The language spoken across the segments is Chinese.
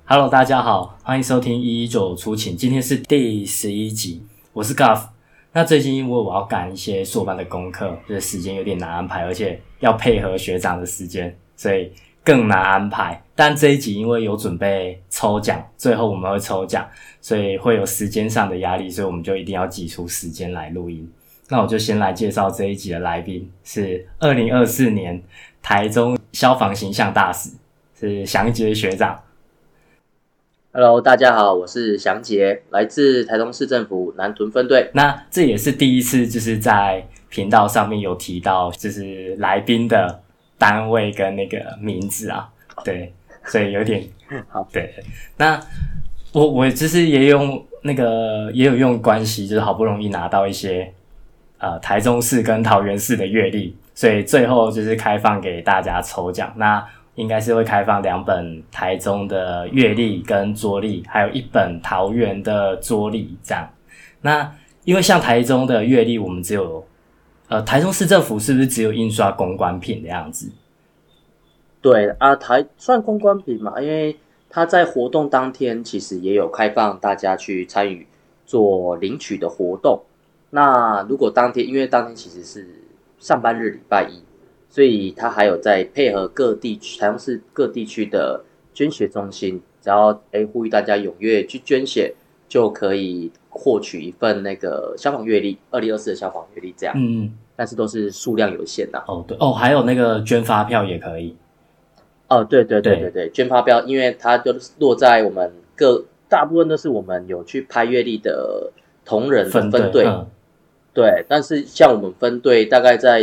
Hello， 大家好，欢迎收听119出勤，今天是第11集，我是 Guff。那最近因为我要赶一些硕班的功课，就是时间有点难安排，而且要配合学长的时间，所以更难安排。但这一集因为有准备抽奖，最后我们会抽奖，所以会有时间上的压力，所以我们就一定要挤出时间来录音。那我就先来介绍这一集的来宾，是2024年台中消防形象大使，是祥杰学长。 Hello， 大家好，我是祥杰，来自台中市政府南屯分队。 那这也是第一次，就是在频道上面有提到，就是来宾的单位跟那个名字啊，对，所以有点好， 对。那我就是也有用关系，就是好不容易拿到一些台中市跟桃园市的阅历，所以最后就是开放给大家抽奖。那应该是会开放2本台中的阅历跟桌历，还有1本桃园的桌历这样。那因为像台中的阅历，我们只有台中市政府是不是只有印刷公关品的样子？ 对啊，算公关品嘛，因为他在活动当天其实也有开放大家去参与做领取的活动。那如果当天，因为当天其实是上班日，礼拜一。所以他还有在配合台中市各地区的捐血中心，只要呼吁大家踊跃去捐血，就可以获取一份那个消防阅历，2024的消防阅历这样。但是都是数量有限的。 对还有那个捐发票也可以。 对，捐发票，因为它就是落在我们大部分都是我们有去拍阅历的同仁的分队。对，但是像我们分队大概在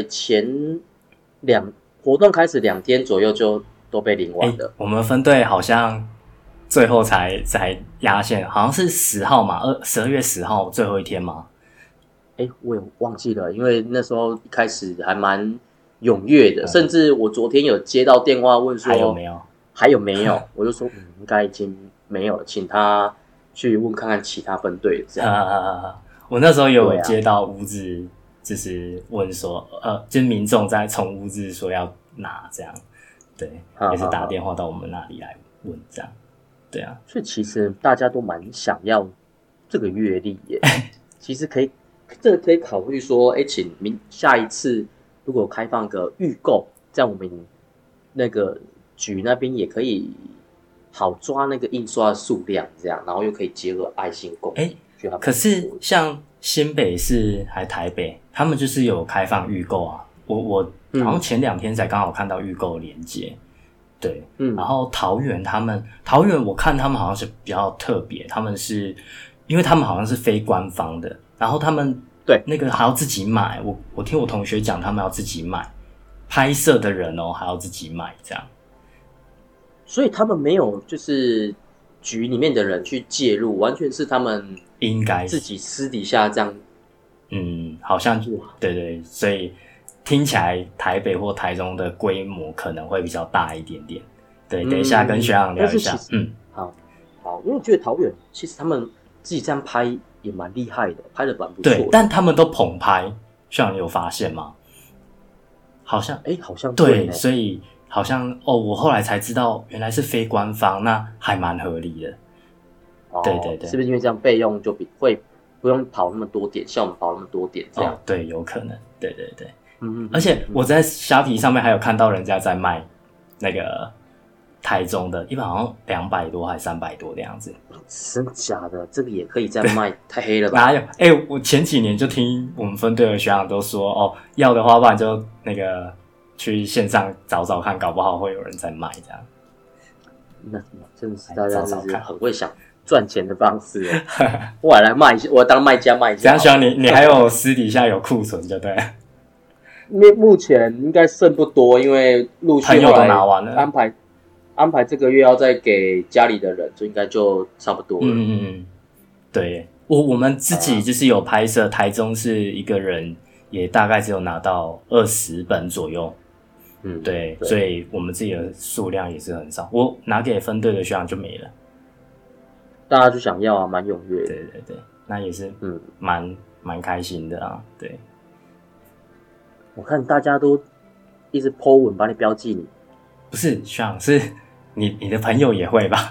活动开始2天左右就都被领完了。 我们分队好像最后才压线，好像是10号嘛，12月10号最后一天嘛。 我也忘记了，因为那时候一开始还蛮踊跃的，甚至我昨天有接到电话问说还有没有，我就说应该已经没有了，请他去问看看其他分队这样。 我那时候有接到屋子，就是问说，就是民众在从屋子说要拿这样，对，也是打电话到我们那里来问这样，对啊。 所以其实大家都蛮想要这个阅历耶，其实这个可以考虑说，请下一次如果开放个预购，这样我们那个局那边也可以好抓那个印刷的数量，这样，然后又可以结合爱心供应。 可是像新北市还台北，他们就是有开放预购啊。我好像前2天才刚好看到预购连结，对，然后桃园我看他们好像是比较特别，因为他们好像是非官方的，然后他们对那个还要自己买。我听我同学讲，他们要自己买，拍摄的人还要自己买这样。 所以他们没有就是局里面的人去介入，完全是他们应该自己私底下这样。 好像对，所以听起来台北或台中的规模可能会比较大一点点。对，等一下跟学长聊一下。 好，因为我觉得桃园其实他们自己这样拍也蛮厉害的，拍的蛮不错的。 对，但他们都棚拍，学长有发现吗？好像对，所以好像我后来才知道原来是非官方，那还蛮合理的。对， 是不是因为这样费用就会不用跑那么多点，像我们跑那么多点这样？ 对，有可能。对。而且我在虾皮上面还有看到人家在卖那个台中的，一般好像200多还300多的样子。 真假的？这个也可以再卖？太黑了吧？ 哪有？我前几年就听我们分队的学长都说，要的话不然就那个去线上找找看，搞不好会有人在卖这样。 那真的是大家就是很会想赚钱的方式。我来卖一下，我当卖家卖一下。 这样希望你还有私底下有库存就对了。 目前应该剩不多，因为陆续都拿完了， 安排这个月要再给家里的人，就应该就差不多了。 对，我们自己就是有拍摄，台中是一个人也大概只有拿到20本左右。对，所以我们自己的数量也是很少，我拿给分队的学长就没了。 大家就想要啊，蛮踊跃的。 对，那也是蛮开心的啊。对， 我看大家都一直 po 文把你标记你。 不是学长，是你的朋友也会吧？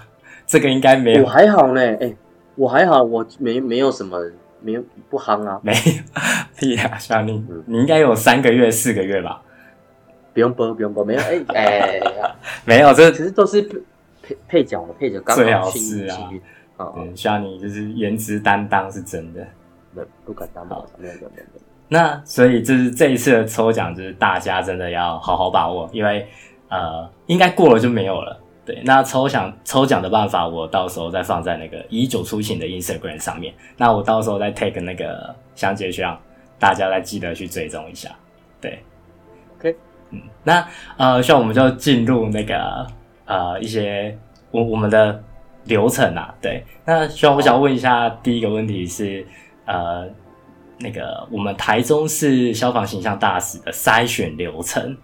这个应该没有。 我还好呢，我还好，我没有什么，没有不夯啊， 没有屁啊，像你应该有3个月、4个月吧？ 不用播，没有， 没有，这其实都是配角刚最好好是啊。 对， 像你就是颜值担当是真的， 不敢当，没有。 那所以就是这一次的抽奖，就是大家真的要好好把握，因为应该过了就没有了。对，那抽奖的办法，我到时候再放在那个119出勤的 Instagram 上面。那我到时候再 take 那个详解学长，大家再记得去追踪一下。对 ，OK， 那像我们就进入那个一些我们的流程啊。对，那希望我想问一下，第一个问题是那个我们台中市消防形象大使的筛选流程。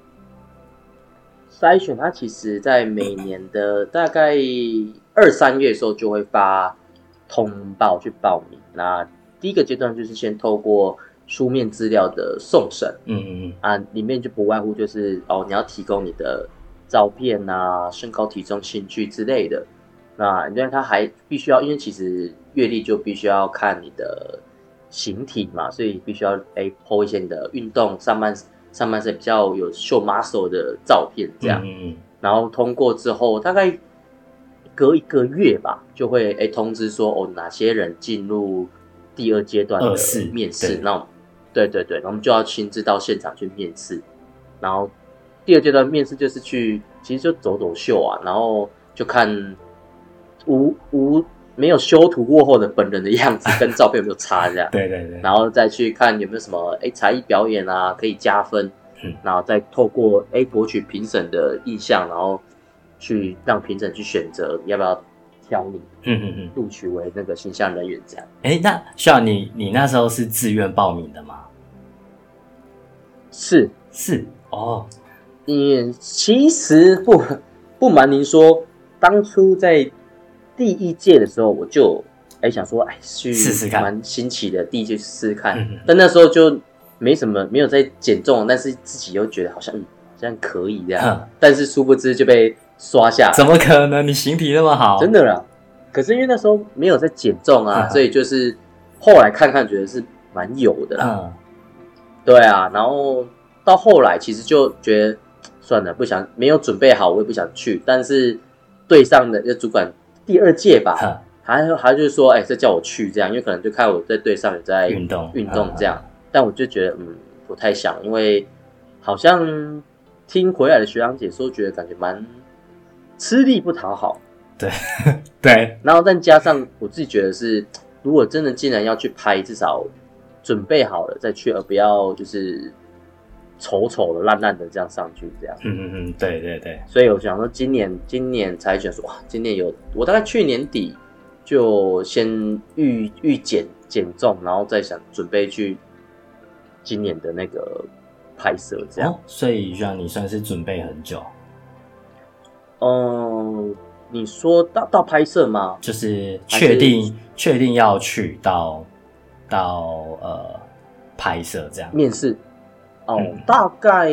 筛选它其实在每年的大概2、3月的时候就会发通报去报名。那第一个阶段就是先透过书面资料的送审，里面就不外乎就是你要提供你的照片啊、身高、体重、兴趣之类的。那因为它还必须要，因为其实阅历就必须要看你的形体嘛，所以必须要po 一些你的运动上半身比较有秀 muscle 的照片这样。然后通过之后，大概隔1个月吧，就会通知说哪些人进入第2阶段的面试。那对，然后我们就要亲自到现场去面试。然后第2阶段面试就是其实就走秀啊，然后就看没有修图过后的本人的样子跟照片有没有差这样。 对， 然后再去看有没有什么才艺表演啊可以加分。然后再透过博取评审的意向，然后去让评审去选择要不要挑你，录取为那个形象人员这样。 那像你那时候是自愿报名的吗？ 是哦。 其实不瞒您说，当初在第1届的时候，我就想说去试试看， 蛮新奇的，第1届去试试看。但那时候就没有在减重，但是自己又觉得好像可以这样，但是殊不知就被刷下来。 怎么可能？你形体那么好， 真的啦。可是因为那时候没有在减重啊，所以就是后来看觉得是蛮有的啦。对啊，然后到后来其实就觉得算了，没有准备好，我也不想去。但是队上的主管第2届吧，还就是说再叫我去这样，因为可能就看我在队上有在运动这样。但我就觉得不太想，因为好像听回来的学长姐说，觉得感觉蛮吃力不讨好。 对。 然后再加上我自己觉得是，如果真的既然要去拍，至少准备好了再去，而不要就是丑的烂的这样上去这样。 对。 所以我想说，今年才选说，今年我大概去年底就先预减重，然后再想准备去今年的那个拍摄这样。 所以让你算是准备很久。 你说到拍摄吗？ 就是确定要去到拍摄这样。 面试大概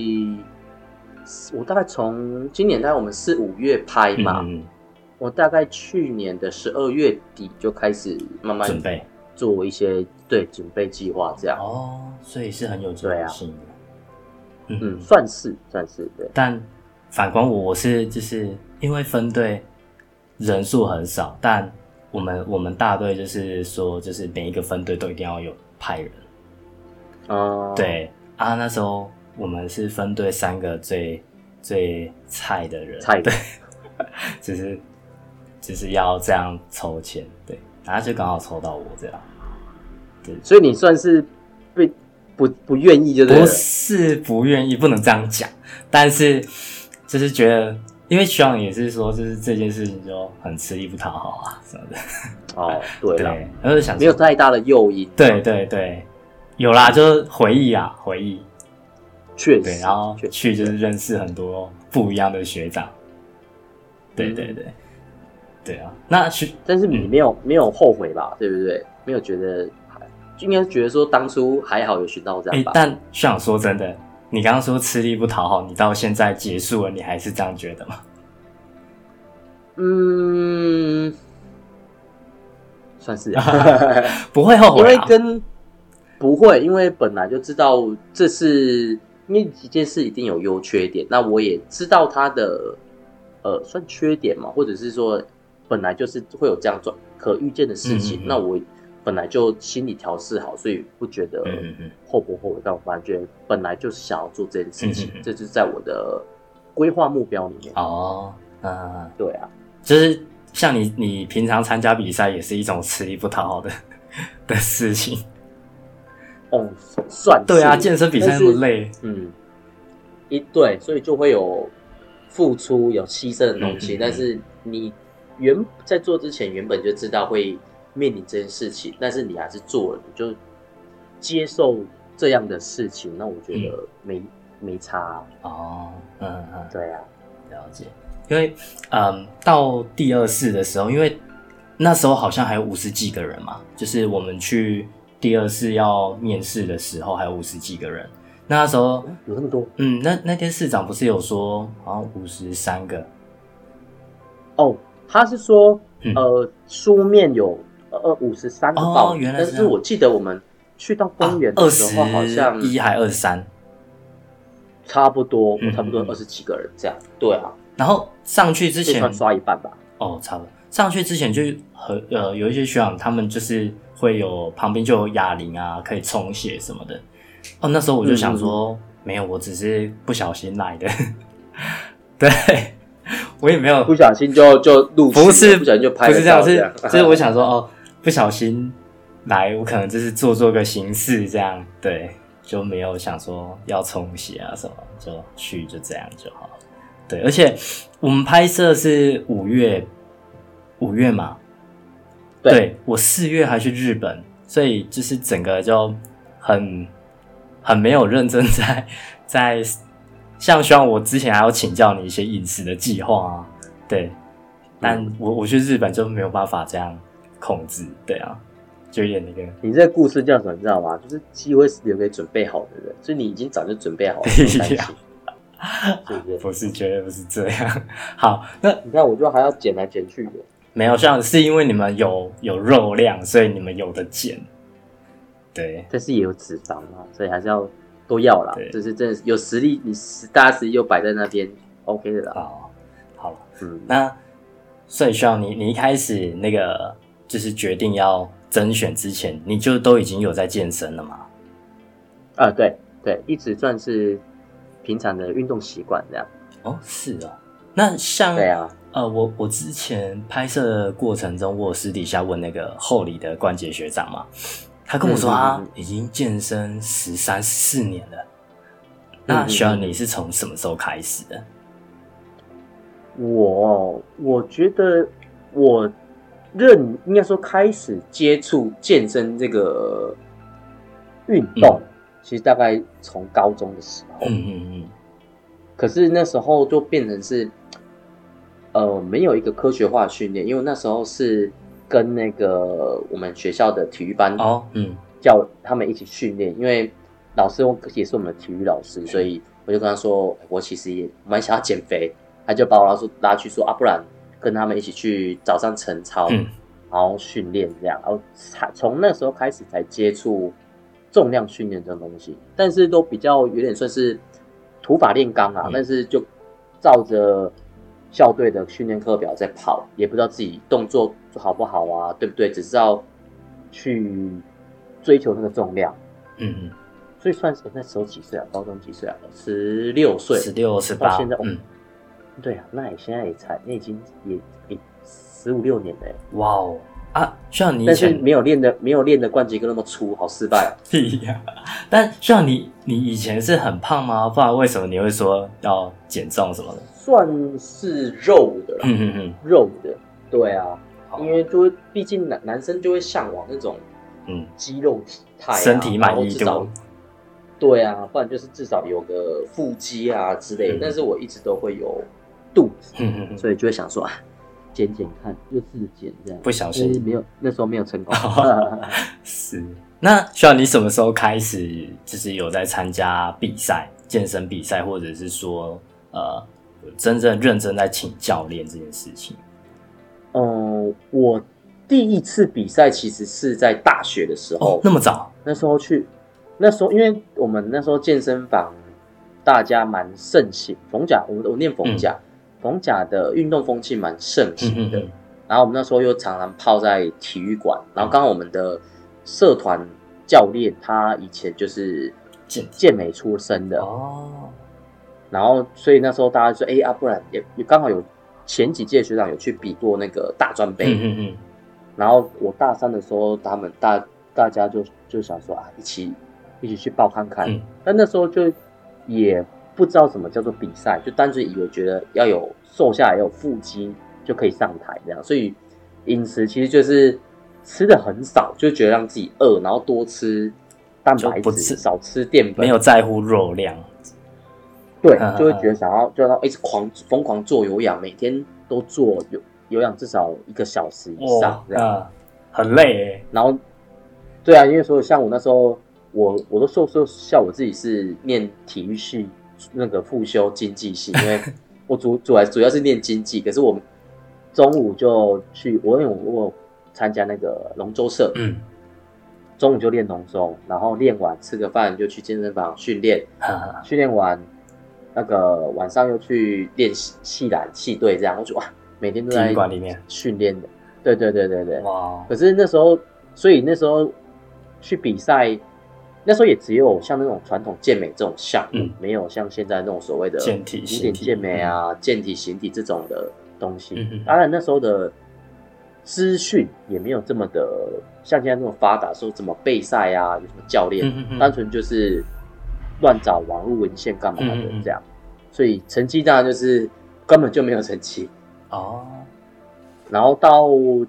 我大概从今年我们是5月拍嘛，我大概去年的12月底就开始慢慢准备做一些准备计划这样。 所以是很有计划性的。 算是对。 但反观我是就是因为分队人数很少，但我们大队就是说，就是每一个分队都一定要有派人。对啊，那时候我们是分队3个最菜的人，对，就是要这样抽签，对，然后就刚好抽到我这样。对， 所以你算是不愿意，就是不是不愿意，不能这样讲，但是就是觉得。因为学长也是说，就是这件事情就很吃力不讨好啊什么的。 对啦， 然后就想没有太大的诱因。 对，有啦，就是回忆， 确实。 对，然后去就是认识很多不一样的学长。对啊， 但是你没有后悔吧？对不对？没有觉得，应该觉得说当初还好有学到这样吧。 但学长说真的。你刚刚说吃力不讨好，你到现在结束了，你还是这样觉得吗？ 算是不会后悔啊？ 不会，因为本来就知道这是因为一件事一定有优缺点，那我也知道它的算缺点嘛，或者是说本来就是会有这样可预见的事情，那我本来就心理调试好，所以不觉得后不后悔，但我反而觉得本来就是想要做这件事情，这就是在我的规划目标里面。对啊， 就是像你平常参加比赛也是一种吃力不讨好的事情。 算是。 对啊，健身比赛那么累。 对，所以就会有付出、有牺牲的东西。但是你在做之前原本就知道会面临这件事情，但是你还是做了，你就接受这样的事情。那我觉得没差对啊， 了解。因为到第二次的时候，因为那时候好像还有50几个人嘛，就是我们去第二次要面试的时候还有50几个人。那时候有那么多？ 那天市长不是有说好像53个？ 他是说书面有53个报名， 原来是。 但是我记得我们去到公园的时候好像 21还23， 差不多20几个人这样。对啊。 然后上去之前算刷一半吧。 差不多。上去之前就有一些学长，他们就是会有旁边就有哑铃啊，可以充血什么的。那时候我就想说，没有，我只是不小心来的。对，我也没有不小心就录， 不是不小心就拍， 不是这样，就是我想说不小心来，我可能就是做个形式这样，对，就没有想说要充血啊什么，就去就这样就好了。对，而且我们拍摄是5月嘛，对，我4月还去日本，所以就是整个就很没有认真在像希望我之前还要请教你一些饮食的计划啊，对，但我去日本就没有办法这样控制，对啊，就有点那个。 你这个故事叫什么？你知道吗？就是机会是留给准备好的人，所以你已经早就准备好了，不用担心。 不是，绝对不是这样。好，那你看，我就还要剪来剪去的。 没有，像是因为你们有肉量，所以你们有的减。对， 但是也有脂肪嘛，所以还是要都要啦。就是真的有实力，你大家实力又摆在那边 ，OK 的啦。 好，那所以需要你一开始那个就是决定要甄选之前，你就都已经有在健身了吗？ 对，一直算是平常的运动习惯这样。 是哦。那像对啊。 我之前拍摄的过程中，我有私底下问那个后里的关节学长嘛，他跟我说他已经健身13、14年了。那需要你是从什么时候开始的？ 我觉得应该说开始接触健身这个运动，其实大概从高中的时候。可是那时候就变成是。没有一个科学化的训练，因为那时候是跟那个我们学校的体育班叫他们一起训练，因为老师也是我们的体育老师，所以我就跟他说，我其实也蛮想要减肥，他就把我拉去说不然跟他们一起去早上晨操，然后训练这样，然后从那时候开始才接触重量训练这种东西，但是都比较有点算是土法炼钢啊，但是就照着校队的训练课表在跑，也不知道自己动作做好不好啊，对不对？只知道去追求那个重量。所以算是那时候几岁啊？高中几岁啊？16岁 ，16、18。 到现在，对啊，那你现在已经也15、16年了。哇哦！ 像你以前， 但是没有练的关节跟那么粗，好失败啊！ 但像你以前是很胖吗？不然为什么你会说要减重什么的？ 算是肉的啦，肉的，对啊，因为就会毕竟男生就会向往那种肌肉体态、 身体满意度， 对啊，不然就是至少有个腹肌啊之类的。但是我一直都会有肚子，所以就会想说减看，又试着减这样， 不小心那时候没有成功。 是，那需要你什么时候开始就是有在参加比赛、健身比赛，或者是说真正认真在请教练这件事情？ 我第一次比赛其实是在大学的时候， 那么早？ 那时候因为我们那时候健身房大家蛮盛行，逢甲我念逢甲，逢甲的运动风气蛮盛行的。然后我们那时候又常常泡在体育馆，然后刚好我们的社团教练他以前就是健美出身的哦，然后所以那时候大家说，不然也刚好有前几届学长有去比过那个大专杯，然后我大三的时候，他们大家就想说一起去报看看，但那时候就也不知道什么叫做比赛，就单纯以为觉得要有瘦下来要有腹肌就可以上台这样，所以饮食其实就是吃的很少，就觉得让自己饿，然后多吃蛋白质，少吃淀粉， 没有在乎肉量。 对，就会觉得想要就一直疯狂做有氧，每天都做有氧至少1个小时以上这样， 很累耶。 然后对啊，因为所以像我那时候我都说笑我自己是念体育系那个复修经济系，因为我主要是念经济，可是我们中午就去因为我参加那个龙舟社，中午就练龙舟，然后练完吃个饭就去健身房训练，训练完那个晚上又去练系篮系队这样，我就每天都在体育馆里面训练的，对，哇！可是那时候，所以那时候去比赛，那时候也只有像那种传统健美这种项目，没有像现在那种所谓的健体、 古典健美啊、健体、形体这种的东西。当然那时候的资讯也没有这么的像现在那么发达，说怎么备赛啊，有什么教练，单纯就是乱找网络文献干嘛的这样，所以成绩当然就是根本就没有成绩哦。然后到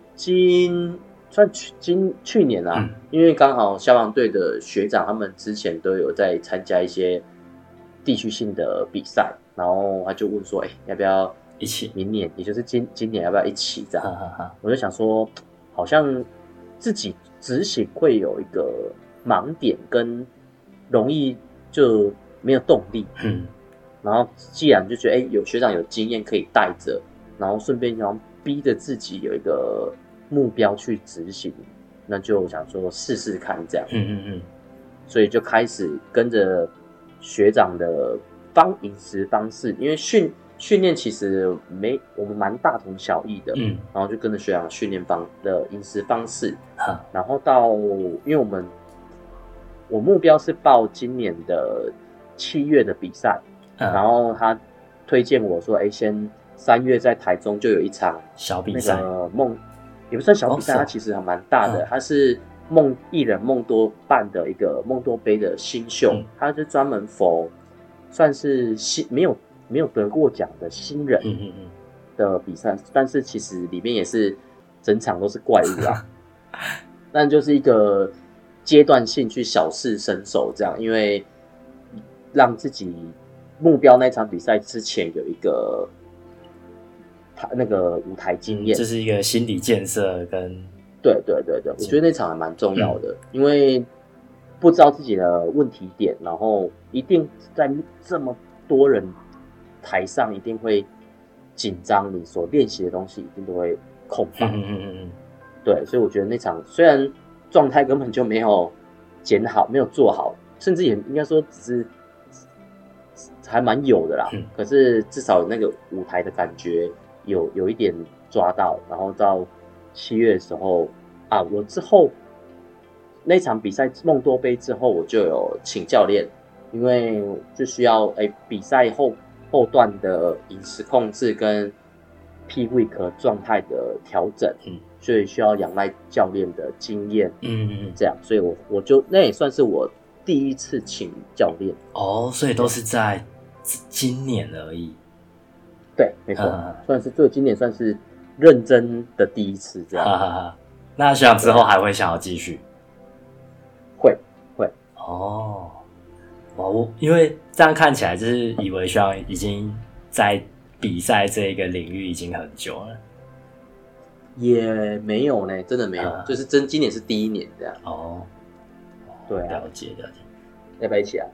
去年啊，因为刚好消防队的学长他们之前都有在参加一些地区性的比赛，然后他就问说，要不要一起？ 明年也就是今年要不要一起这样？我就想说，好像自己执行会有一个盲点跟容易就没有动力，然后既然就觉得有学长有经验可以带着，然后顺便想逼着自己有一个目标去执行，那就想说试试看这样，所以就开始跟着学长的饮食方式，因为训练其实我们蛮大同小异的，然后就跟着学长训练的饮食方式，然后因为我目标是报今年的7月的比赛，然后他推荐我说，先3月在台中就有一场小比赛， 也不算小比赛，它其实还蛮大的，它是艺人梦多办的一个梦多杯的新秀，它是专门算是没有得过奖的新人的比赛，但是其实里面也是整场都是怪物啊，但就是一个阶段性去小试身手这样，因为让自己目标那场比赛之前有一个那个舞台经验， 这是一个心理建设跟对，我觉得那场还蛮重要的，因为不知道自己的问题点，然后一定在这么多人台上一定会紧张，你所练习的东西一定都会空白。对，所以我觉得那场虽然状态根本就没有剪好，没有做好，甚至也应该说只是还蛮有的啦。可是至少那个舞台的感觉有一点抓到，然后到7月的时候啊，我之后那场比赛梦多杯之后，我就有请教练，因为就需要比赛后段的饮食控制跟 peak week 状态的调整，所以需要仰赖教练的经验，这样，所以我就那也算是我第一次请教练哦，所以都是在今年而已。 对，没错，算是今年算是认真的第一次这样。 那学长之后还会想要继续？ 会哦。因为这样看起来就是以为学长已经在比赛这个领域已经很久了。 也没有呢，真的没有，就是今年是第1年这样。哦，对啊， 了解。 要不要一起啊？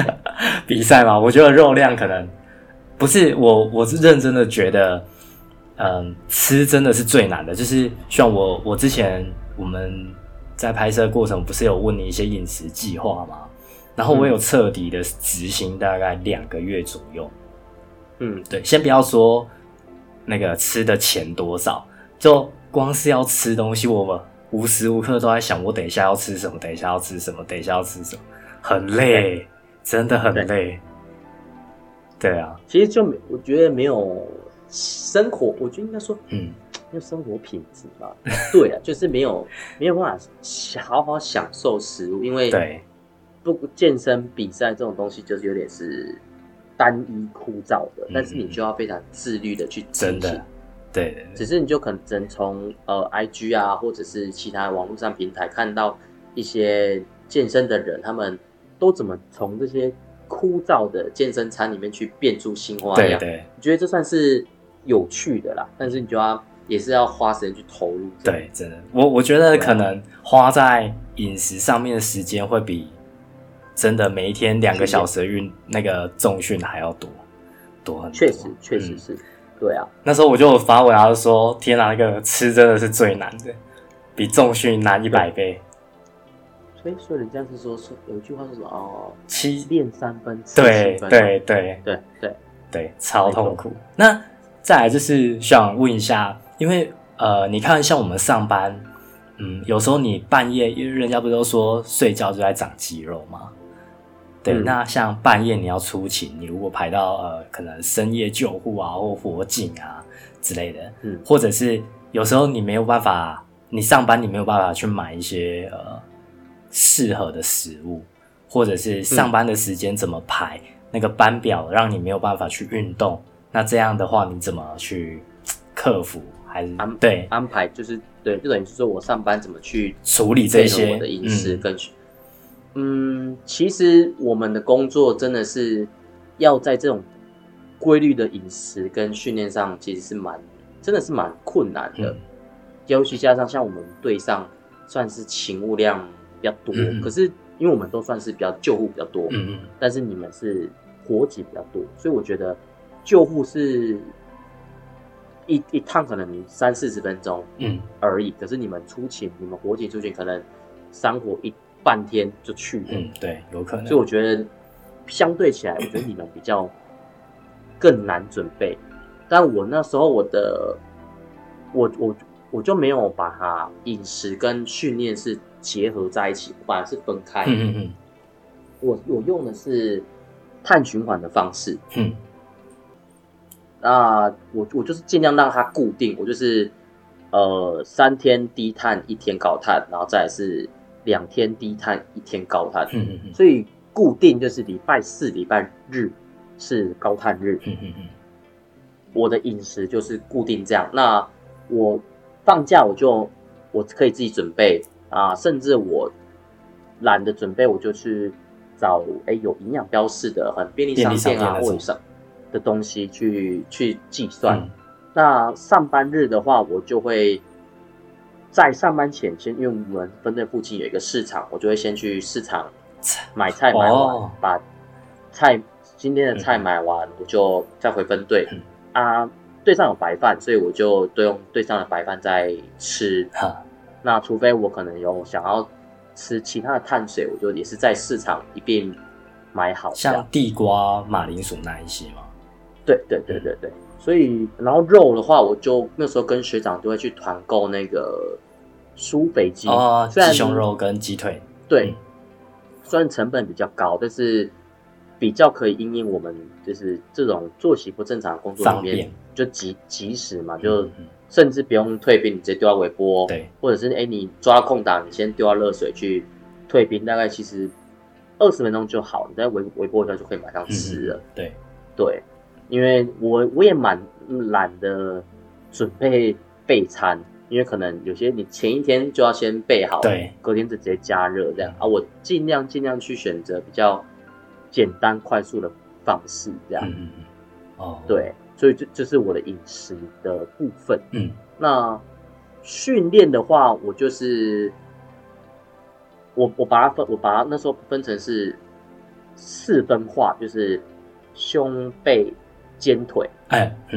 比赛嘛，我觉得肉量可能不是我是认真的觉得吃真的是最难的，就是像我之前我们在拍摄过程不是有问你一些饮食计划吗？然后我有彻底的执行大概2个月左右。对，先不要说那个吃的钱多少，就光是要吃东西，我们无时无刻都在想，我等一下要吃什么，等一下要吃什么，等一下要吃什么，很累，真的很累。对啊， 其实我觉得没有生活，我觉得应该说，没有生活品质吧。对啊，就是没有办法好好享受食物，因为不健身比赛这种东西就是有点是单一枯燥的，但是你就要非常自律的去执行。真的， 对， 只是你就可能只能从IG 啊，或者是其他网络上平台看到一些健身的人，他们都怎么从这些枯燥的健身餐里面去变出新花样。对，我觉得这算是有趣的啦，但是你就也是要花时间去投入。 对，真的，我觉得可能花在饮食上面的时间会比真的每一天2个小时的那个重训还要多很多。 确实是，对啊。 那时候我就发文，然后说：“天哪，那个吃真的是最难的，比重训难100倍。” 所以人家是说有一句话说什么练3分， 对，超痛苦。那再来就是想问一下，因为你看像我们上班，有时候你半夜，因为人家不都说睡觉就在长肌肉吗？对，那像半夜你要出勤，你如果排到可能深夜救护啊或火警啊之类的，或者是有时候你没有办法，你上班你没有办法去买一些适合的食物，或者是上班的时间怎么排，那个班表让你没有办法去运动，那这样的话你怎么去克服？还是安排，就是对，就等于是说我上班怎么去处理这些我的饮食跟其实我们的工作真的是要在这种规律的饮食跟训练上，其实是真的是蛮困难的。尤其加上像我们队上算是勤务量比较多，可是因为我们都算是比较救护比较多，但是你们是火警比较多，所以我觉得救护是一趟可能30-40分钟而已，可是你们出勤，你们火警出勤可能3火半天就去了， 对，有可能。 所以我觉得相对起来，我觉得你们比较更难准备。但我那时候我就没有把它饮食跟训练是结合在一起，反而是分开。我用的是碳循环的方式。那我就是尽量让它固定，我就是3天低碳1天高碳，然后再来是2天低碳1天高碳，所以固定就是礼拜4、礼拜日是高碳日。我的饮食就是固定这样。那我放假我可以自己准备啊，甚至我懒得准备，我就去找有营养标示的很便利商店啊或者的东西去计算。那上班日的话，我就会在上班前因为我们分队附近有一个市场，我就会先去市场买菜买完，把今天的菜买完，我就再回分队。队上有白饭，所以我就用队上的白饭在吃。那除非我可能有想要吃其他的碳水，我就也是在市场一并买好。 像地瓜、马铃薯那一些吗？ 对。所以，然后肉的话，我就那时候跟学长就会去团购那个酥肥鸡鸡胸肉跟鸡腿。 对，虽然成本比较高，但是比较可以因应我们就是这种作息不正常的工作里面，就及时嘛，就甚至不用退冰，你直接丢到微波， 对，或者是你抓到空档，你先丢到热水去退冰，大概其实20分钟就好，你在微波一下就可以马上吃了。对，因为我也蛮懒得准备餐，因为可能有些你前一天就要先备好，对，隔天就直接加热这样我尽量去选择比较简单快速的方式这样。对，所以这是我的饮食的部分。那训练的话，我就是我把它那时候分成是4分化，就是胸背肩腿，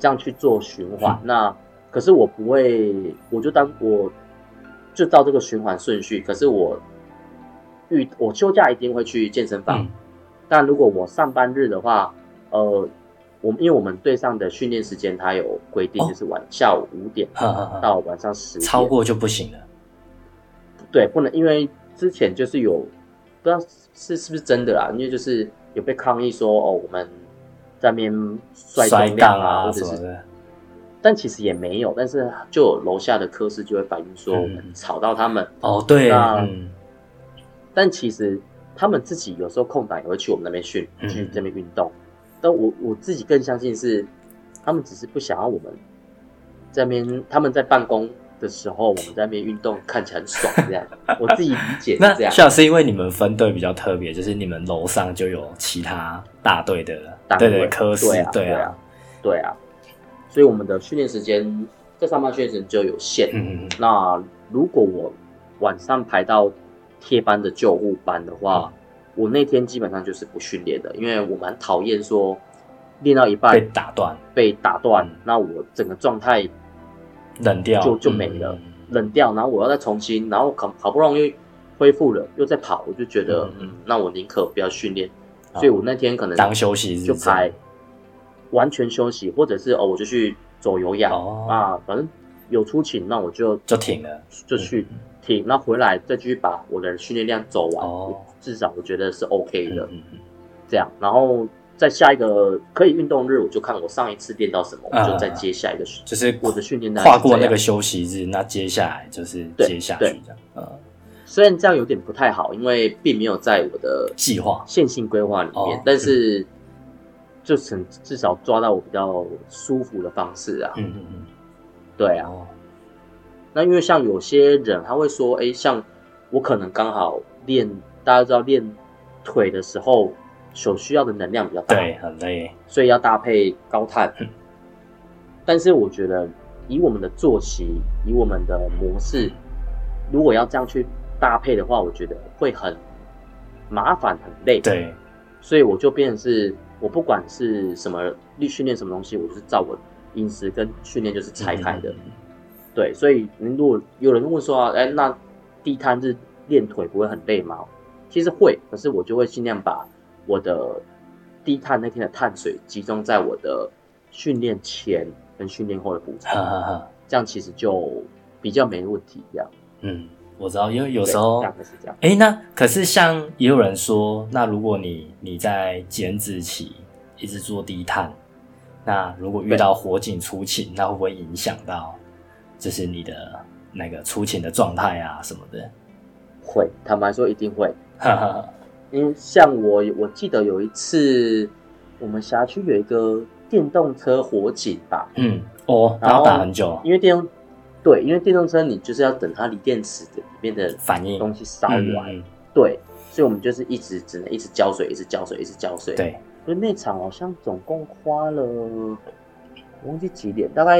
这样去做循环。那可是我不会，我就照这个循环顺序。可是我休假一定会去健身房，但如果我上班日的话，因为我们队上的训练时间它有规定，就是下午5点到晚上10点， 超过就不行了。 对，不能，因为之前就是有不知道是不是真的啦，因为就是有被抗议说我们在那边摔重量啊或者是什么的， 但其实也没有，但是就有楼下的科室就会反映说我们吵到他们。 对， 但其实他们自己有时候空档也会去我们那边去这边运动。但我自己更相信是他们只是不想要我们在那边，他们在办公的时候我们在那边运动看起来很爽这样。我自己理解是这样。 那像是因为你们分队比较特别，就是你们楼上就有其他大队的对科室，对啊， 所以我们的训练时间在上班训练时间就有限。那如果我晚上排到贴班的救护班的话，我那天基本上就是不训练的，因为我蛮讨厌说练到一半被打断，那我整个状态冷掉就没了，冷掉，然后我要再重新，然后好不容易恢复了又再跑，我就觉得那我宁可不要训练，所以我那天可能当休息日就排完全休息，或者是我就去走有氧反正有出勤，那我就停了， 就去停，然后回来再继续把我的训练量走完，至少我觉得是 OK 的，这样，然后在下一个可以运动日，我就看我上一次练到什么，我就再接下一个， 就是我的训练跨过那个休息日，那接下来就是接下去这样。 虽然这样有点不太好，因为并没有在我的计划线性规划里面，但是就至少抓到我比较舒服的方式啊。对啊。那因为像有些人他会说，像我可能刚好大家知道练腿的时候，所需要的能量比较大， 对，很累， 所以要搭配高碳。但是我觉得以我们的作息，以我们的模式，如果要这样去搭配的话，我觉得会很麻烦很累。 对， 所以我就变成是我不管是什么训练什么东西，我就是照我饮食跟训练就是拆开的。对，所以如果有人问说那低碳日练腿不会很累吗？其实会，可是我就会尽量把我的低碳那天的碳水集中在我的训练前跟训练后的补充，这样其实就比较没问题。这样， 我知道，因为有时候大概是这样。 那可是像也有人说，那如果你在减脂期一直做低碳，那如果遇到火警出勤，那会不会影响到就是你的那个出勤的状态啊什么的？ 会，坦白说一定会。因为像我记得有一次我们辖区有一个电动车火警吧， 然后打很久， 因为电动车你就是要等它锂电池里面的反应东西烧完，对，所以我们就是只能一直浇水，一直浇水。 对， 所以那场好像总共花了我忘记几点，大概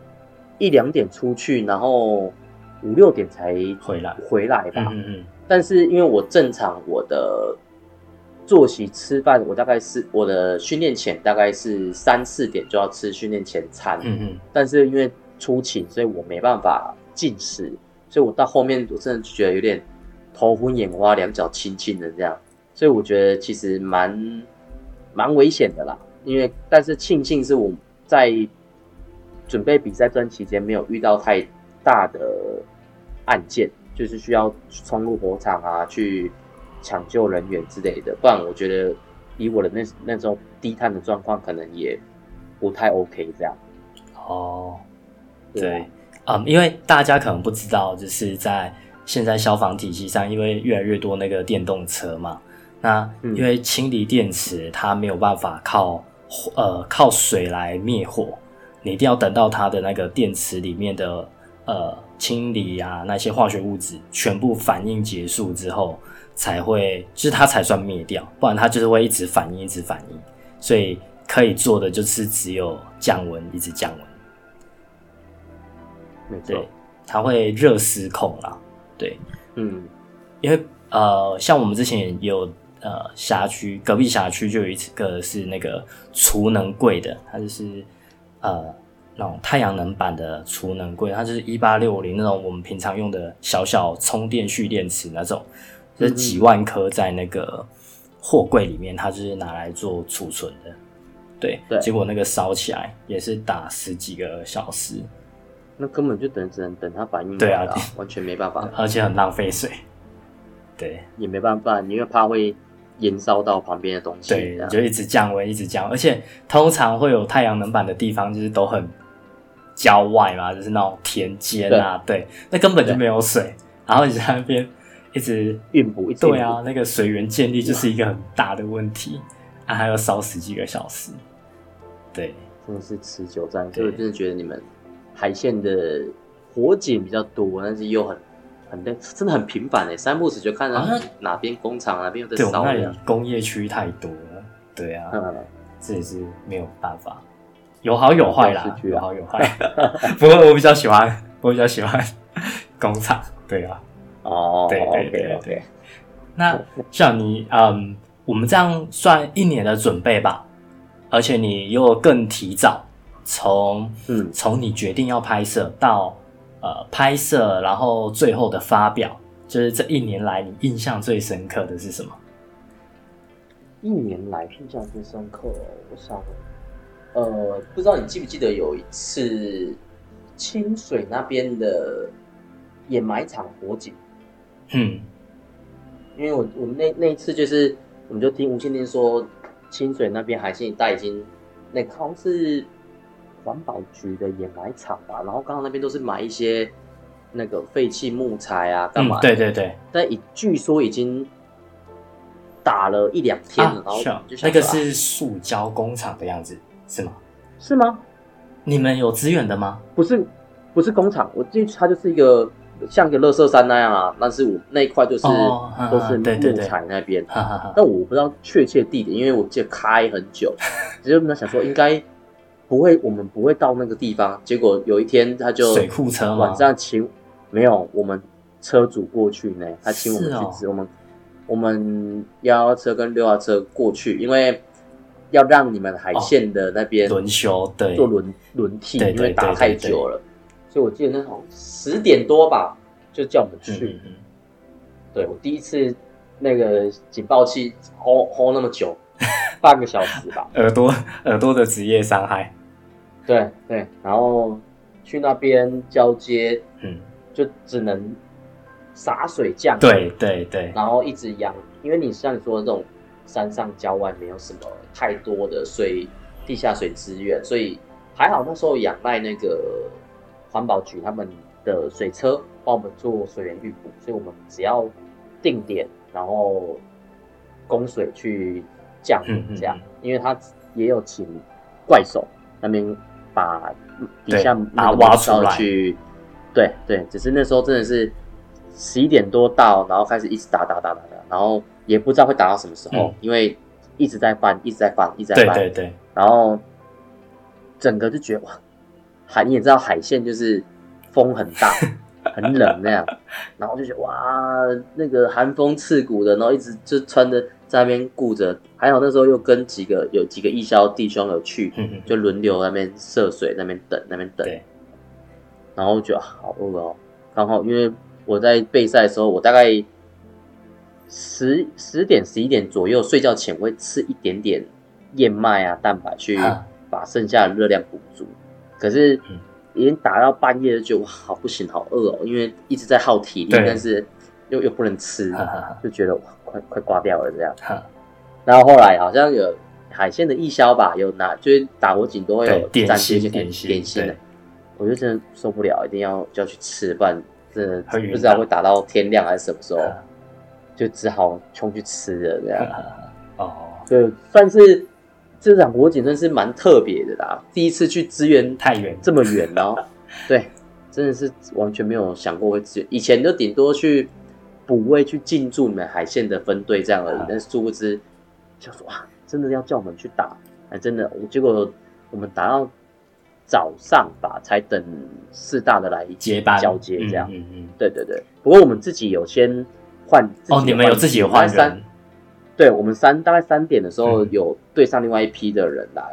1-2点出去，然后5-6点才回来吧。但是因为我正常我的作息吃饭，我大概是我的训练前大概是3-4点就要吃训练前餐，但是因为出勤，所以我没办法进食，所以我到后面我真的觉得有点头昏眼花，两脚青青的这样，所以我觉得其实蛮危险的啦。但是庆幸是我在准备比赛这段期间没有遇到太大的案件，就是需要冲入火场啊，去抢救人员之类的，不然我觉得以我的那种低碳的状况，可能也不太 OK 这样。 对，因为大家可能不知道，就是在现在消防体系上，因为越来越多那个电动车嘛，那因为氢锂电池它没有办法靠水来灭火，你一定要等到它的那个电池里面的氢锂啊那些化学物质全部反应结束之后，就是它才算灭掉，不然它就是会一直反应。所以可以做的就是只有降温，一直降温。 没错， 对，它会热失控啦。对，因为像我们之前也有辖区隔壁辖区就有一个是那个储能柜的，它就是那种太阳能板的储能柜，它就是1860那种我们平常用的小小充电蓄电池那种，就是几万颗在那个货柜里面，它就是拿来做储存的。对，结果那个烧起来也是打10几个小时， 那根本就只能等它反应对啊， 完全没办法， 而且很浪费水。对， 也没办法，因为怕会燃烧到旁边的东西。 对，就一直降温，一直降温，而且通常会有太阳能板的地方，就是都很郊外嘛，就是那种田间啊，对，那根本就没有水，然后你在那边一直运补， 对啊，那个水源建立就是一个很大的问题啊，还要烧10几个小时，对， 真的是持久战，所以我真的觉得你们海线的火警比较多，但是又很累，真的很频繁诶，三不时就看到哪边工厂哪边又在烧。 对，我们那里工业区太多了，对啊，这也是没有办法，有好有坏啦，有好有坏。不过我比较喜欢工厂，对啊。 哦， 对。那像你，我们这样算1年的准备吧，而且你又更提早，从你决定要拍摄到拍摄，然后最后的发表，就是这1年来你印象最深刻的是什么 ？1年来印象最深刻，我想，不知道你记不记得有一次清水那边的掩埋场火警。因为我们那一次就是我们就听无线电说，清水那边海线一带已经那好像是环保局的掩埋场吧，然后刚好那边都是埋一些那个废弃木材啊，干嘛的？ 对。 但据说已经打了1-2天了，然后就那个是塑胶工厂的样子，是吗？ 是吗？ 你们有支援的吗？ 不是工厂，我记得它就是一个像个垃圾山那样啊，但是我那一块就是都是木材那边，但我不知道确切地点，因为我记得开很久，只是我们想说应该不会，我们不会到那个地方。结果有一天他就水库车晚上请没有我们车主过去呢，他请我们去支我们1号车跟6号车过去，因为要让你们海线的那边轮休，对， 做轮替，因为打太久了。所以我记得那种10点多吧，就叫我们去。对，我第一次那个警报器吼那么久，半个小时吧。 耳朵的职业伤害。 对，然后去那边交接，就只能洒水降。 对。 然后一直养，因为你像你说的这种山上郊外没有什么太多的地下水资源，所以还好那时候仰赖那个环保局他们的水车帮我们做水源预补，所以我们只要定点，然后供水去降这样，因为他也有请怪手那边把底下把它挖出来去，对，只是那时候真的是11点多到，然后开始一直打，然后也不知道会打到什么时候，因为一直在翻， 对， 然后整个就觉得哇。你也知道海线就是风很大很冷那样，然后就觉得哇那个寒风刺骨的，然后一直就穿着在那边顾着，还好那时候又跟有几个义消弟兄有去，就轮流那边涉水那边等，然后就好饿哦，刚好因为我在备赛的时候，我大概10点11点左右睡觉前我会吃一点点燕麦啊蛋白去把剩下的热量补足。可是已经打到半夜就好不行，好饿哦，因为一直在耗体力，但是又不能吃，就觉得快挂掉了这样。然后后来好像有海线的义消吧，有拿就是打火警都会有沾些点心的，我就真的受不了，一定要去吃，不然真的不知道会打到天亮还是什么时候，就只好冲去吃了这样。所以算是。这场火警真是蛮特别的啦，第一次去支援太远这么远，然后对，真的是完全没有想过会支援。以前就顶多去补位去进驻你们海线的分队这样而已，但是殊不知就说哇，真的要叫我们去打，真的，结果我们打到早上吧，才等4大的来接班交接这样。对。不过我们自己有先换， 你们有自己换人。 对，我们大概3点的时候有对上另外一批的人来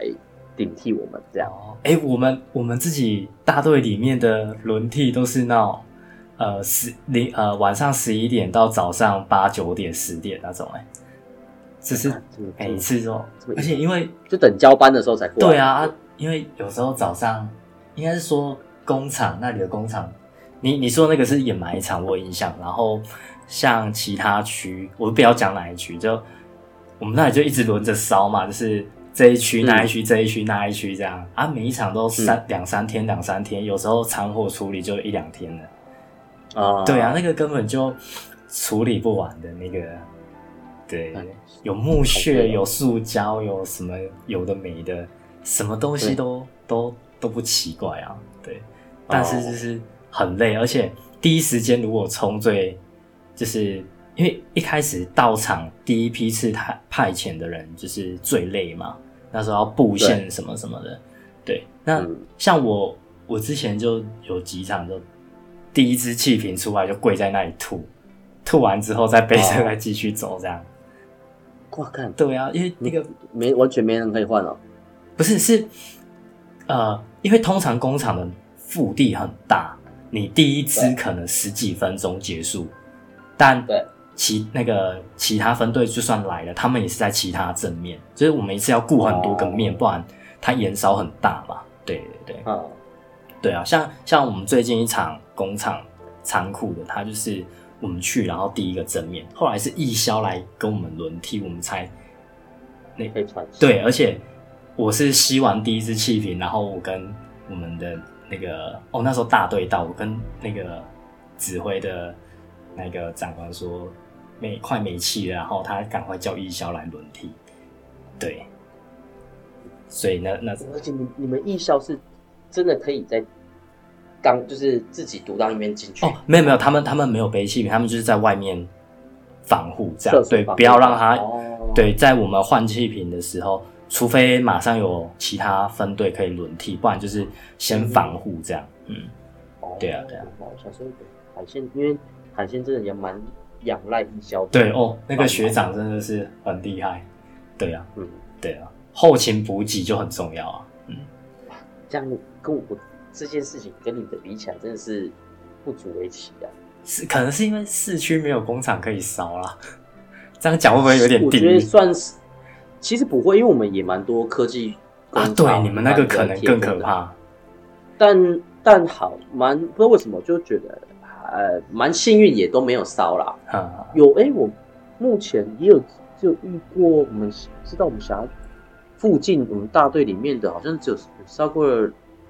顶替我们这样。 我们自己大队里面的轮替都是那种晚上11点到早上8、9点、10点那种就是每一次都，而且因为就等交班的时候才过来。 对啊，因为有时候早上应该是说工厂那里的工厂，你说那个是掩埋场，我有印象。然后像其他区，我不要讲哪一区，就我们那里就一直轮着烧嘛，就是这一区那一区，这一区那一区这样啊，每一场都两三天，有时候仓货处理就1、2天了。对啊，那个根本就处理不完的那个。对，有木屑，有塑胶，有什么有的没的，什么东西都不奇怪啊。对，但是就是很累，而且第一时间如果冲最，就是因为一开始到场第一批次派遣的人就是最累嘛，那时候要布线什么什么的。对，那像我之前就有几场就第一支气瓶出来就跪在那里吐完之后再背车再继续走这样。 哇，看， 对啊，因为那个完全没人可以换哦。 不是，是因为通常工厂的腹地很大，你第一支可能10几分钟结束，但其他分队就算来了，他们也是在其他正面，就是我们一次要顾很多个面，不然它延烧很大嘛。对对对，对啊，像我们最近一场工厂仓库的，它就是我们去，然后第一个正面，后来是义消来跟我们轮替，我们才可以传。 对，而且我是吸完第一支气瓶，然后我跟我们的那个那时候大队到，我跟那个指挥的那个长官说快没气了，然后他赶快叫义消来轮替。对，所以那而且你们义消是真的可以在就是自己独当一面进去没有，他们没有背气瓶，他们就是在外面防护这样，对，不要让他对，在我们换气瓶的时候，除非马上有其他分队可以轮替，不然就是先防护这样。对啊。 小时候海线，因为海线真的也蛮仰赖义消。 对那个学长真的是很厉害。对啊，对啊，后勤补给就很重要啊。 这样跟我这件事情跟你的比起来，真的是不足为奇啊。 可能是因为市区没有工厂可以烧啦。这样讲会不会有点地狱？ 我觉得算是，其实不会，因为我们也蛮多科技工厂。 对，你们那个可能更可怕。 但好，不知道为什么就觉得蛮幸运，也都没有烧啦。我目前也有遇过，我们知道我们辖附近我们大队里面的，好像只有烧过了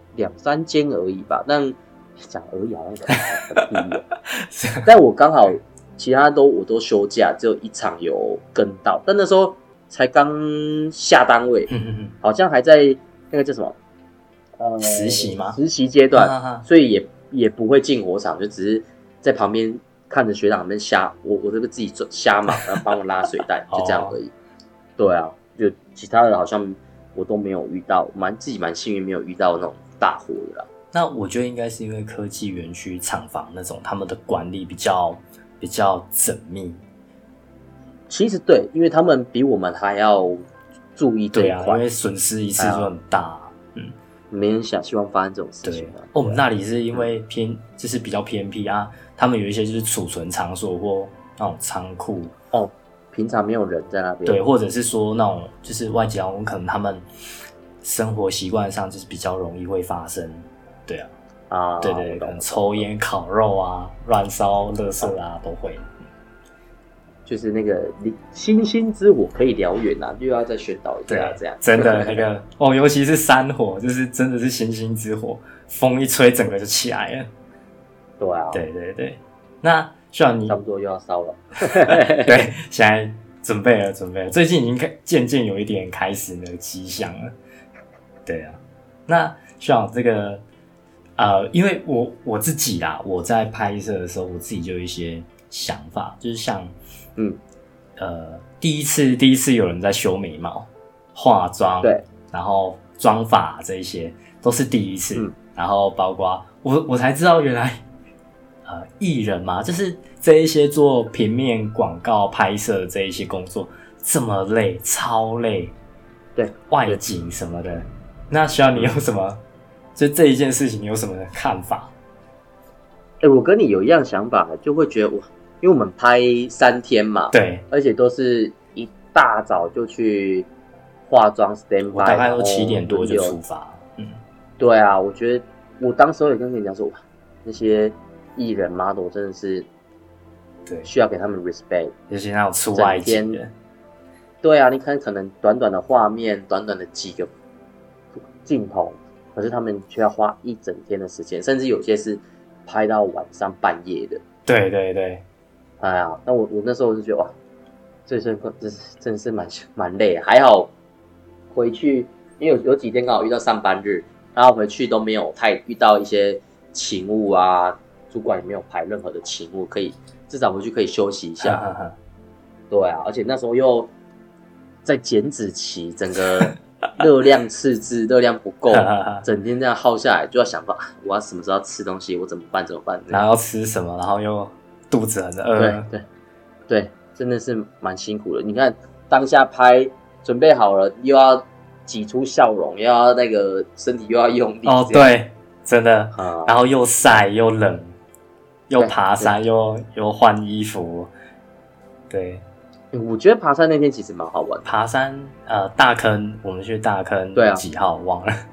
2、3间而已吧。但讲而已，好像很低。但我刚好其他我都休假，只有一场有跟到，但那时候才刚下单位，好像还在那个叫什么实习吗？ 实习阶段，所以也不会进火场，就只是在旁边看着学长们瞎，我这个自己瞎忙，然后帮我拉水袋，就这样而已。对啊，就其他的好像我都没有遇到，自己蛮幸运没有遇到那种大火的啦。 那我觉得应该是因为科技园区厂房那种他们的管理比较缜密。 其实对，因为他们比我们还要注意这一块， 因为损失一次就很大。 没人希望发生这种事情。 我们那里是因为就是比较偏僻啊，他们有一些就是储存场所或那种仓库平常没有人在那边。 对，或者是说那种就是外籍劳工，可能他们生活习惯上就是比较容易会发生。对啊，对，可能抽烟、烤肉啊、乱烧垃圾啊都会。 就是那个星星之火可以燎原啊，又要再宣导一下这样。 真的那个尤其是山火，就是真的是星星之火，风一吹整个就起来了。 对啊， 对。那需要你差不多又要烧了。 对，现在准备了，最近已经渐渐有一点开始的迹象了。对啊，那需要这个因为我自己啦，我在拍摄的时候，我自己就有一些想法，就是像第一次有人在修眉毛、化妆， 对， 然后妆发这一些都是第一次，然后包括我才知道原来艺人嘛，就是这一些做平面广告拍摄这一些工作这么累，超累， 对， 外景什么的， 那需要你有什么？就这一件事情，你有什么看法？ 我跟你有一样想法，就会觉得因为我们拍3天嘛， 对， 而且都是一大早就去化妆 stand by， 我大概都7点多就出发。 对啊，我觉得我当时也跟你讲说，哇，那些艺人 model 真的是， 对， 需要给他们 respect， 尤其那种出外景的。 对啊，你看可能短短的画面，短短的几个镜头，可是他们却要花一整天的时间，甚至有些是拍到晚上半夜的。 对对对， 哎呀，那我那时候就觉得哇，这真的是蛮累的，还好回去，因为有几天刚好遇到上班日，然后回去都没有太遇到一些勤务啊，主管也没有排任何的勤务，至少回去可以休息一下。对啊，而且那时候又在减脂期，整个热量赤字，热量不够，整天这样耗下来，就要想到我要什么时候要吃东西，我怎么办？ 然后要吃什么，然后又肚子很饿。 对，真的是蛮辛苦的。你看当下拍准备好了，又要挤出笑容，又要那个身体又要用力。 哦，对，真的。然后又晒又冷，又爬山又换衣服。对。 我觉得爬山那天其实蛮好玩的。 爬山，大坑，我们去大坑，对啊，几号忘了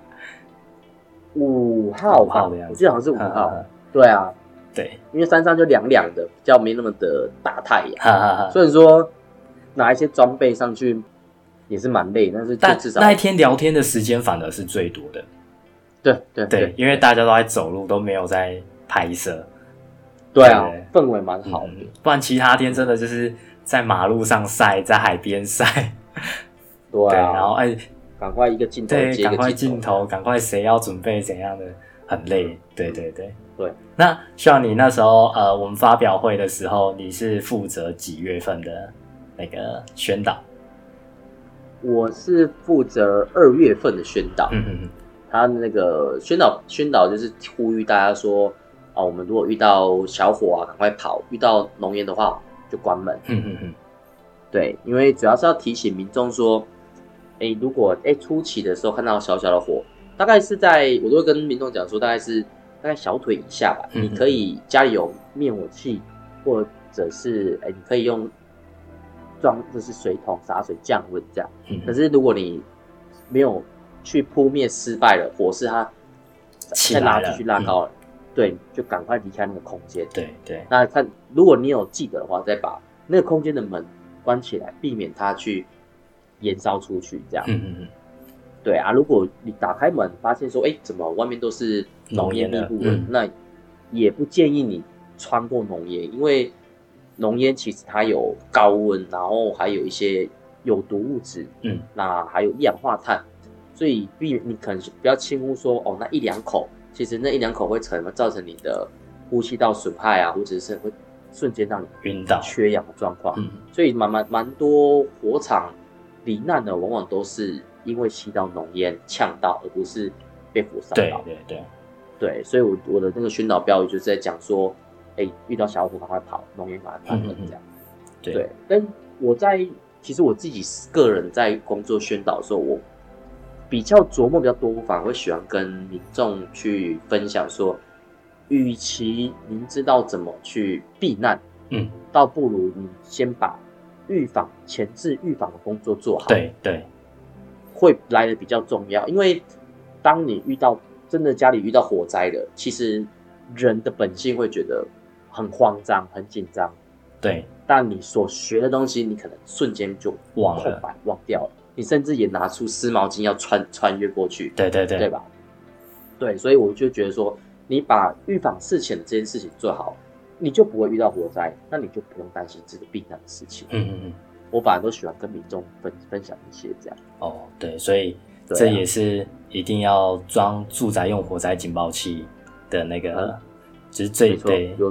？5号吧，我记得好像是5号。对啊， 对， 因为山上就凉凉的，比较没那么的大太阳。虽然说拿一些装备上去也是蛮累，但至少那一天聊天的时间反而是最多的。对，因为大家都在走路，都没有在拍摄。 对啊，氛围蛮好的。 不然其他天真的就是在马路上晒，在海边晒。 对啊， 然后赶快一个镜头接一个镜头， 赶快镜头，赶快谁要准备怎样的，很累。对。那像你那时候我们发表会的时候，你是负责几月份的那个宣导？ 我是负责2月份的宣导。他那个宣导就是呼吁大家说，我们如果遇到小火赶快跑；遇到浓烟的话就关门。对，因为主要是要提醒民众说，如果初期的时候看到小小的火，大概是我都会跟民众讲说，大概小腿以下吧。你可以家里有灭火器，或者是你可以用就是水桶洒水降温这样。可是如果你没有去扑灭失败了，火势它再继续拉高了，对，就赶快离开那个空间。 对。 那看如果你有记得的话，再把那个空间的门关起来，避免它去延烧出去这样。对啊，如果你打开门发现说，怎么外面都是浓烟密布的，那也不建议你穿过浓烟，因为浓烟其实它有高温，然后还有一些有毒物质，那还有一氧化碳，所以你可能不要轻忽说那1-2口，其实那1-2口会造成你的呼吸道损害啊，或者是会瞬间让你晕倒、 缺氧的状况。所以蛮多火场罹难的，往往都是因为吸到浓烟呛到，而不是被火烧到。对，所以我的那个宣导标语就是在讲说，遇到小火赶快跑，浓烟赶快关门这样。对，但其实我自己个人在工作宣导的时候，我比较琢磨比较多，我反而会喜欢跟民众去分享说，与其您知道怎么去避难，倒不如你先把前置预防的工作做好。 对， 会来的比较重要，因为当你真的家里遇到火灾了，其实人的本性会觉得很慌张、很紧张。 对， 但你所学的东西，你可能瞬间就忘掉了。你甚至也拿出湿毛巾要穿越过去。对吧？对，所以我就觉得说，你把预防事前的这件事情做好，你就不会遇到火灾，那你就不用担心这个避难的事情。我反而都喜欢跟民众分享一些这样。 对，所以这也是一定要装住宅用火灾警报器的那个，就是对有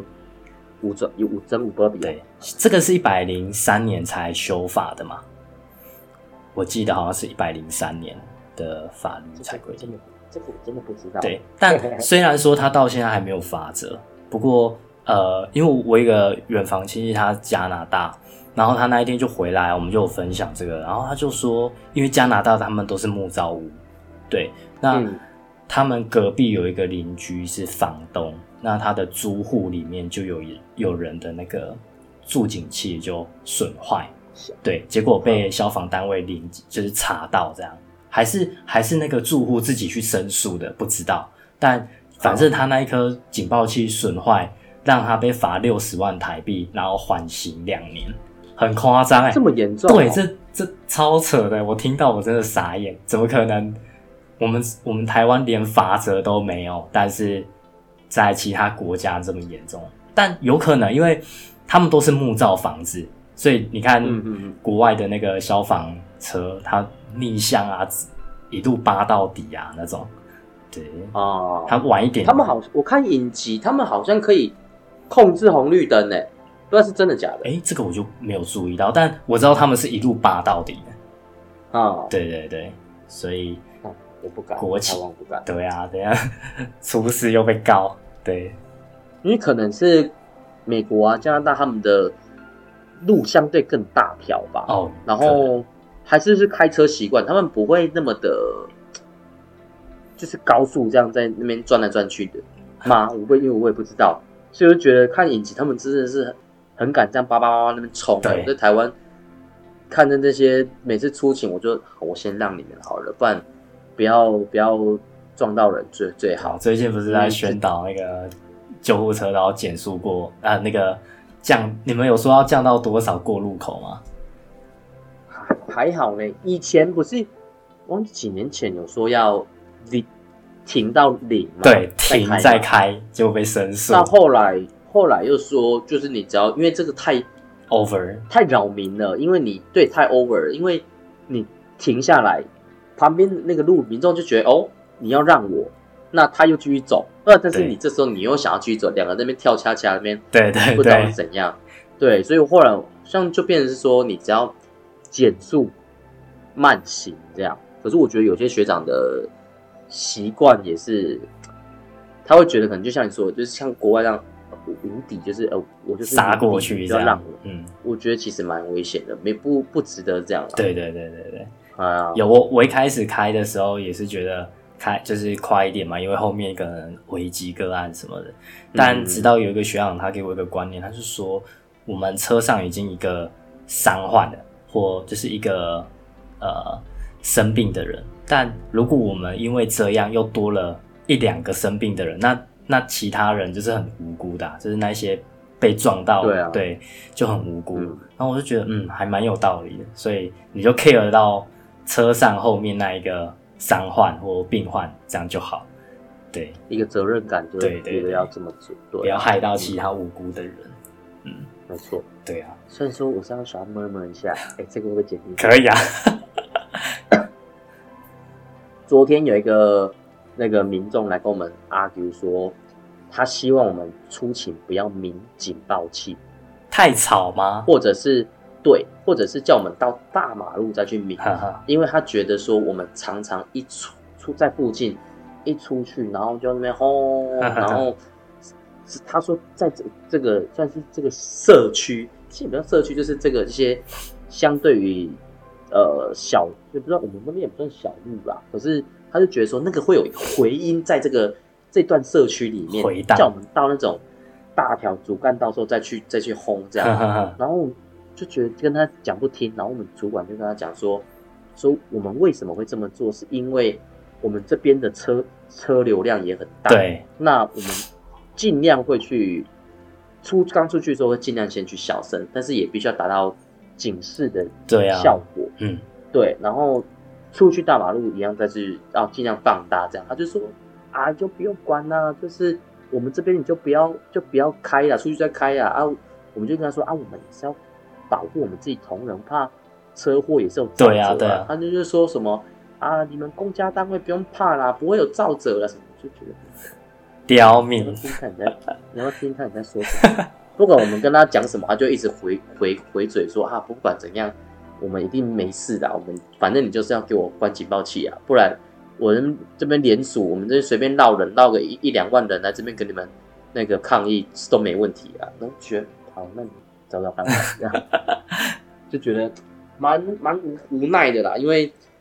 5针5波比。 对，这个是103年才修法的嘛？我记得好像是103年的法律才规定。 这个我真的不知道。 对，但虽然说他到现在还没有法则，不过因为我一个远房亲戚他加拿大。然后他那一天就回来，我们就有分享这个，然后他就说，因为加拿大他们都是木造屋， 对，那他们隔壁有一个邻居是房东，那他的租户里面就有人的那个住警器就损坏，对，结果被消防单位就是查到这样，还是那个住户自己去申诉的，不知道，但反正他那一颗警报器损坏，让他被罚60万台币，然后缓刑2年，很夸张欸， 这么严重？ 对，这超扯的，我听到我真的傻眼，怎么可能？我们台湾连罚则都没有，但是在其他国家这么严重，但有可能因为他们都是木造房子，所以你看国外的那个消防车，它逆向啊，一路扒到底啊那种。对他晚一点， 我看影集，他们好像可以控制红绿灯诶，不知道是真的假的。 这个我就没有注意到，但我知道他们是一路扒到底的。对对对，所以我不敢， 国企台湾不敢。 对啊，这样出事又被告，对， 因为可能是美国啊、加拿大他们的路相对更大条吧。然后还是开车习惯，他们不会那么的。就是高速这样在那边转来转去的吗？因为我也不知道，所以我就觉得看影集，他们真的是很敢这样叭那边冲。我在台湾看着这些每次出勤，我先让你们好了，不然不要撞到人最好。 最近不是在宣导那个救护车，然后减速过那个你们有说要降到多少过路口吗？ 还好呢，以前不是忘记几年前有说要。停到0嘛， 对，停再开就被申诉。 那后来又说，就是你只要因为这个太 over 太扰民了，因为你对太 over 了，因为你停下来，旁边那个民众就觉得你要让我，那他又继续走，但是你这时候你又想要继续走，两个人那边跳恰恰那边， 对， 不知道是怎样，对，所以后来像就变成是说，你只要减速慢行这样。可是我觉得有些学长的习惯也是，他会觉得可能就像你说的，就是像国外这样无敌，就是我就是杀过去这样， 让我，我觉得其实蛮危险的，不值得这样。 对，有我一开始开的时候也是觉得就是快一点嘛，因为后面可能危机个案什么的。但直到有一个学长他给我一个观念，他是说我们车上已经一个伤患了，或就是一个生病的人。但如果我们因为这样又多了1-2个生病的人，那其他人就是很无辜的就是那些被撞到，对，就很无辜。然后我就觉得还蛮有道理的，所以你就 care 到车上后面那一个伤患或病患，这样就好。对， 一个责任感，就觉得要这么做，对， 不要害到其他无辜的人。 没错， 对啊。 虽然说我这样想要摸一下，这个会不会剪进去？ 可以啊。 昨天有一个那个民众来跟我们 argue 说，他希望我们出勤不要鸣警报器， 太吵吗？ 或者是叫我们到大马路再去鸣，因为他觉得说我们常常一出在附近一出去，然后就那边轰，然后他说在这个算是这个社区，基本上社区就是这些相对于。小就不知道我们那边也不算小路啦，可是他就觉得说那个会有回音在这段社区里面，叫我们到那种大条主干道时候再去轰这样，然后就觉得跟他讲不听，然后我们主管就跟他讲说我们为什么会这么做，是因为我们这边的车流量也很大， 对， 那我们尽量会去刚出去的时候会尽量先去小声，但是也必须要达到警示的效果，对，然后出去大马路一样再去尽量放大这样，他就说就不用关啦，就是我们这边你就不要开啦，出去再开我们就跟他说我们也是要保护我们自己同仁，怕车祸也是有肇者对啊， 他就是说什么你们公家单位不用怕啦，不会有肇者啦什么，就觉得刁民， 你要听看你在说什么。不管我们跟他讲什么，他就一直回嘴说不管怎样，我们一定没事的。我们反正你就是要给我关警报器不然我们这边联署，我们这随便绕个1-2万人来这边跟你们那个抗议都没问题然后觉得好，那你找办法，就觉得蛮无奈的啦。因为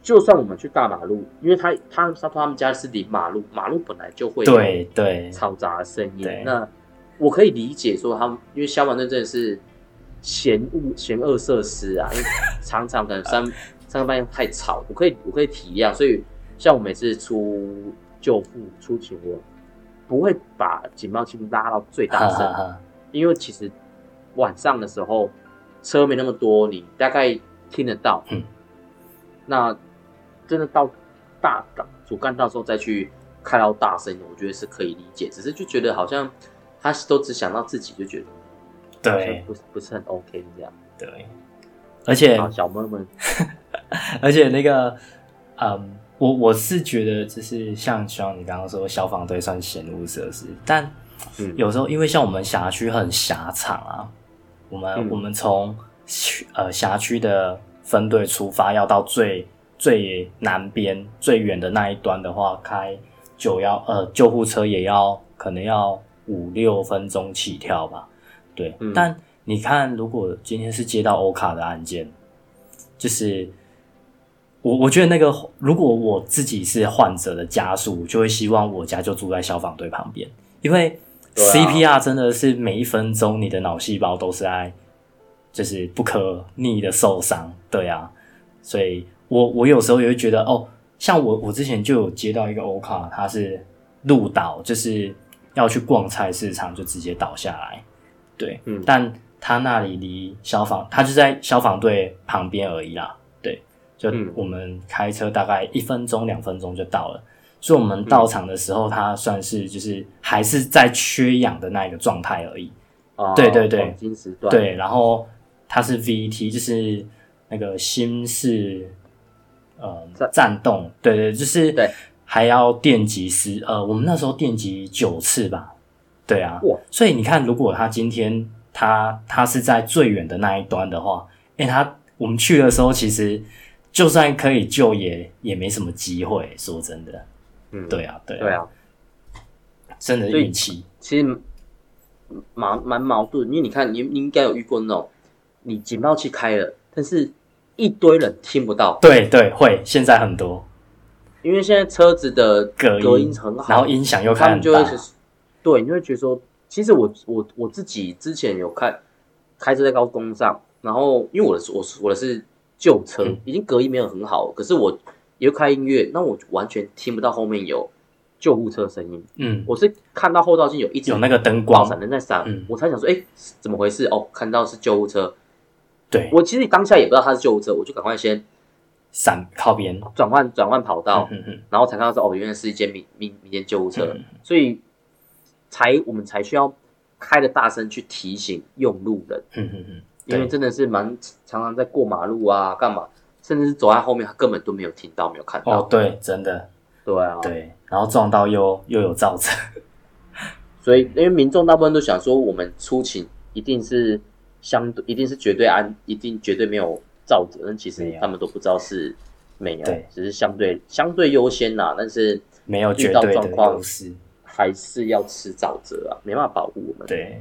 就算我们去大马路，因为他说他们家是临马路，马路本来就会对嘈杂的声音。 对， 那我可以理解说他们，因为消防队真的是嫌恶设施啊，因为常常可能三更半夜太吵，我可以体谅。所以像我每次出救护出勤，我不会把警报器拉到最大声，因为其实晚上的时候车没那么多，你大概听得到。那真的到主干道的时候再去开到大声，我觉得是可以理解。只是就觉得好像他都只想到自己，就觉得对， 不是很 OK 这样。 对，而且小妹们， 而且那个我是觉得就是像你刚刚说消防队算嫌恶设施，但有时候因为像我们辖区很狭长啊，我们从辖区的分队出发，要到最南边最远的那一端的话，开救护车也可能要5-6分钟起跳吧。对，但你看，如果今天是接到欧卡的案件，就是我觉得那个，如果我自己是患者的家属，我就会希望我家就住在消防队旁边，因为 CPR 真的是每1分钟你的脑细胞都是在就是不可逆的受伤，对啊，所以我有时候也会觉得像我之前就有接到一个欧卡，他是路倒，就是要去逛菜市场就直接倒下来，对，但他那里离他就在消防队旁边而已啦，对，就我们开车大概1分钟2分钟就到了，所以我们到场的时候，他算是就是还是在缺氧的那一个状态而已，对， 黄金时段， 对，然后他是 VT， 就是那个心室颤动，对，就是还要电击我们那时候电击9次吧，对啊，所以你看，如果他今天他是在最远的那一端的话，我们去的时候其实就算可以救也没什么机会，说真的，对啊，真的运气， 其实蛮矛盾，因为你看，你应该有遇过那种，你警报器开了，但是一堆人听不到， 对，会，现在很多， 因为现在车子的隔音很好， 然后音响又开很大， 对，你会觉得说，其实我自己之前有开车在高速公路上，然后因为我的是旧车，已经隔音没有很好，可是我也会开音乐，那我完全听不到后面有救护车声音。我是看到后照镜有那个灯光闪灯在闪，我才想说，怎么回事？看到是救护车。 对， 我其实当下也不知道他是救护车，我就赶快先闪靠边， 转换跑道，然后才看到说，原来是一间民间救护车，所以我们才需要开的大声去提醒用路人，因为真的是常常在过马路啊，干嘛，甚至是走在后面，他根本都没有听到，没有看到。 对，真的，对啊，对，然后撞到又有肇事， 所以因为民众大部分都想说，我们出勤一定是绝对一定绝对没有肇责，但其实他们都不知道是没有，只是相对优先啦，但是没有绝对的优势。 还是要吃沼泽啊，没办法保护我们。 对，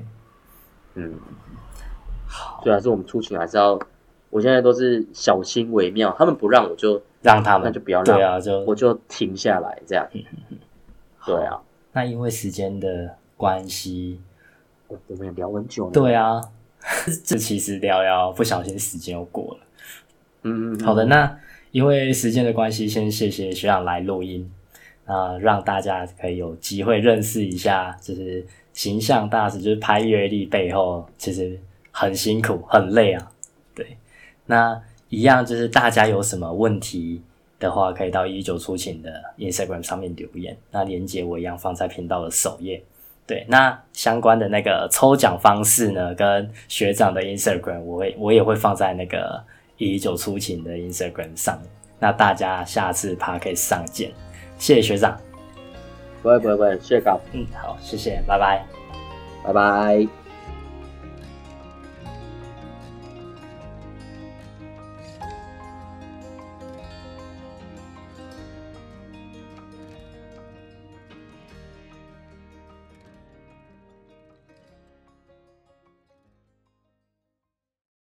好，所以还是我们出勤还是要，我现在都是小心为妙，他们不让我就让他们， 那就不要让， 对啊， 我就停下来这样。对啊， 那因为时间的关系， 我们也聊很久了。 对啊，这其实聊不小心时间又过了。好的，那因为时间的关系，先谢谢学长来录音。让大家可以有机会认识一下，就是形象大使，就是拍阅历背后其实很辛苦很累啊。对，那一样就是大家有什么问题的话，可以到119出勤的 Instagram 上面留言，那连结我一样放在频道的首页。对，那相关的那个抽奖方式呢，跟学长的 Instagram 我也会放在那个119出勤的 Instagram 上面。那大家下次 Podcast 上见。谢谢学长， 不会，谢谢高。 好，谢谢，拜拜， 拜拜。